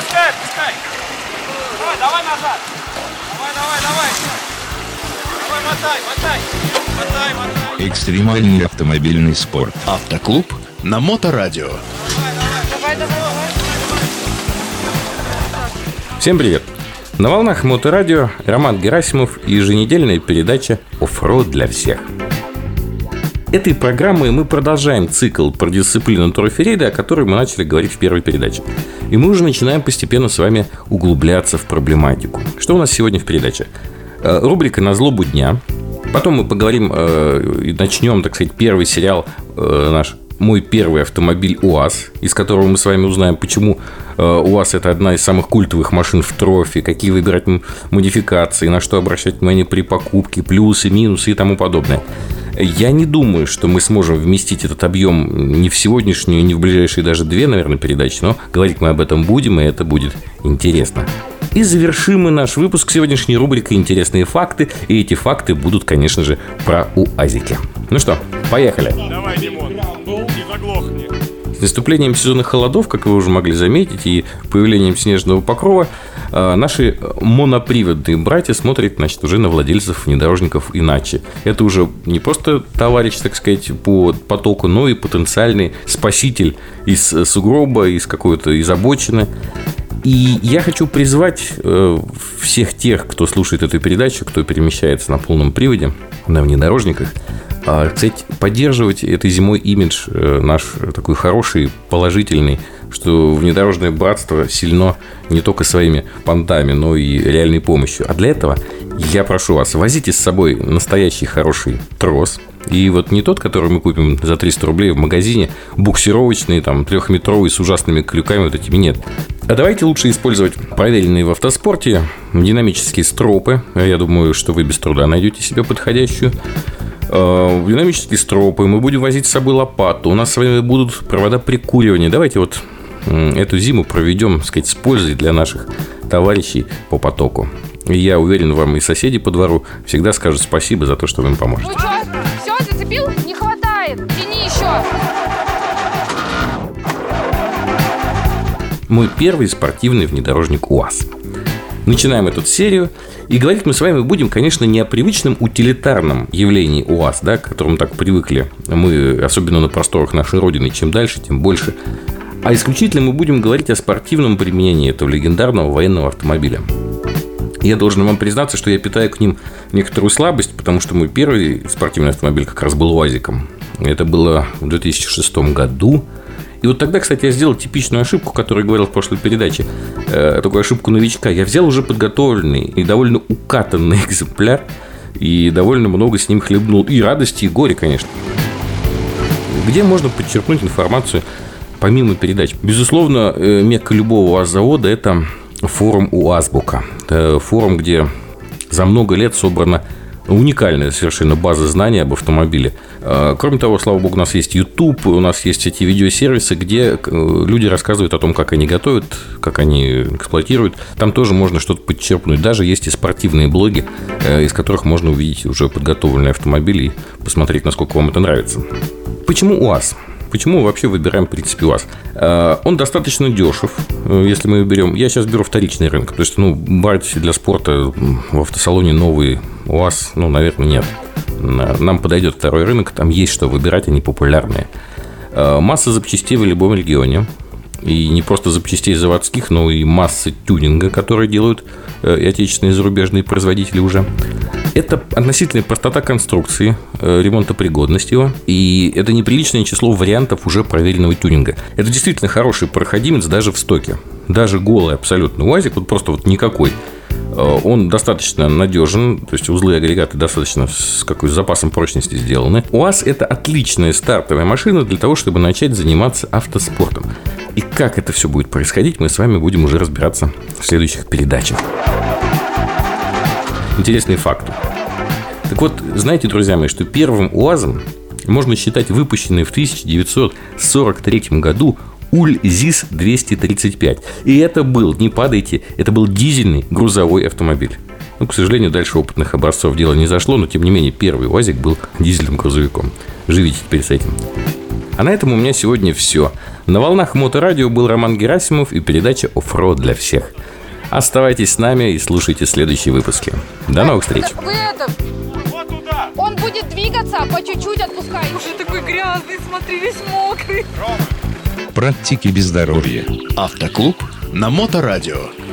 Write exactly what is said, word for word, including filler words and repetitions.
Отпускай, отпускай. Давай, давай назад. Давай, давай, давай. Давай, мотай, мотай. Мотай, мотай. Экстремальный автомобильный спорт. Автоклуб на Моторадио. Давай, давай, давай, давай. Всем привет! На волнах Моторадио Роман Герасимов и еженедельная передача «Оффроуд для всех». Этой программой мы продолжаем цикл про дисциплину трофи-рейда, о которой мы начали говорить в первой передаче. И мы уже начинаем постепенно с вами углубляться в проблематику. Что у нас сегодня в передаче? Рубрика «На злобу дня». Потом мы поговорим и начнем, так сказать, первый сериал наш «Мой первый автомобиль УАЗ», из которого мы с вами узнаем, почему УАЗ – это одна из самых культовых машин в трофи, какие выбирать модификации, на что обращать внимание при покупке, плюсы, минусы и тому подобное. Я не думаю, что мы сможем вместить этот объем не в сегодняшнюю, не в ближайшие даже две, наверное, передачи, но говорить мы об этом будем, и это будет интересно. И завершим мы наш выпуск сегодняшней рубрикой «Интересные факты», и эти факты будут, конечно же, про УАЗики. Ну что, поехали! Давай, Димон, не заглохни. С наступлением сезона холодов, как вы уже могли заметить, и появлением снежного покрова, наши моноприводные братья смотрят, значит, уже на владельцев внедорожников иначе. Это уже не просто товарищ, так сказать, по потоку, но и потенциальный спаситель из сугроба, из какой-то из обочины. И я хочу призвать всех тех, кто слушает эту передачу, кто перемещается на полном приводе, на внедорожниках, кстати, поддерживать этой зимой имидж наш такой хороший, положительный, что внедорожное братство сильно не только своими понтами, но и реальной помощью. А для этого я прошу вас, возите с собой настоящий хороший трос. И вот не тот, который мы купим за триста рублей в магазине, буксировочный, там, трехметровый, с ужасными крюками, вот этими нет. А давайте лучше использовать проверенные в автоспорте динамические стропы. Я думаю, что вы без труда найдете себе подходящую. Динамические стропы. Мы будем возить с собой лопату. У нас с вами будут провода прикуривания. Давайте вот эту зиму проведем, так сказать, с пользой для наших товарищей по потоку. И я уверен, вам и соседи по двору всегда скажут спасибо за то, что вы им поможете. Ну что, все, зацепил? Не хватает. Тяни еще. Мой первый спортивный внедорожник УАЗ. Начинаем эту серию. И говорить мы с вами будем, конечно, не о привычном утилитарном явлении УАЗ, да, к которому так привыкли мы, особенно на просторах нашей Родины. Чем дальше, тем больше. А исключительно мы будем говорить о спортивном применении этого легендарного военного автомобиля. Я должен вам признаться, что я питаю к ним некоторую слабость, потому что мой первый спортивный автомобиль как раз был УАЗиком. Это было в две тысячи шестом году. И вот тогда, кстати, я сделал типичную ошибку, которую я говорил в прошлой передаче. Э, такую ошибку новичка. Я взял уже подготовленный и довольно укатанный экземпляр. И довольно много с ним хлебнул. И радости, и горе, конечно. Где можно подчеркнуть информацию помимо передач? Безусловно, мекка любого УАЗ-завода – это форум УАЗбука. Это форум, где за много лет собрана уникальная совершенно база знаний об автомобиле. Кроме того, слава богу, у нас есть YouTube, у нас есть эти видеосервисы, где люди рассказывают о том, как они готовят, как они эксплуатируют. Там тоже можно что-то подчерпнуть. Даже есть и спортивные блоги, из которых можно увидеть уже подготовленный автомобиль и посмотреть, насколько вам это нравится. Почему УАЗ? Почему мы вообще выбираем, в принципе, УАЗ? Он достаточно дешев, если мы берем... Я сейчас беру вторичный рынок. То есть, ну, брать для спорта в автосалоне новый УАЗ, ну, наверное, нет. Нам подойдет второй рынок, там есть что выбирать, они популярные. Масса запчастей в любом регионе. И не просто запчастей заводских, но и масса тюнинга, которые делают и отечественные, и зарубежные производители уже. Это относительная простота конструкции, ремонтопригодность его. И это неприличное число вариантов уже проверенного тюнинга. Это действительно хороший проходимец даже в стоке. Даже голый абсолютно УАЗик, вот просто вот никакой. Он достаточно надежен, то есть узлы и агрегаты достаточно с какой-то запасом прочности сделаны. УАЗ – это отличная стартовая машина для того, чтобы начать заниматься автоспортом. И как это все будет происходить, мы с вами будем уже разбираться в следующих передачах. Интересные факты. Так вот, знаете, друзья мои, что первым УАЗом можно считать выпущенный в тысяча девятьсот сорок третьем году УЛЬЗИС двести тридцать пять. И это был, не падайте, это был дизельный грузовой автомобиль. Ну, к сожалению, дальше опытных образцов дело не зашло, но, тем не менее, первый УАЗик был дизельным грузовиком. Живите теперь с этим. А на этом у меня сегодня все. На волнах Моторадио был Роман Герасимов и передача «Оффроуд для всех». Оставайтесь с нами и слушайте следующие выпуски. До новых встреч! Вы это... Вот туда. Он будет двигаться, по чуть-чуть отпускайте. Уже такой грязный, смотри, весь мокрый. Практики без здоровья. Автоклуб на Моторадио.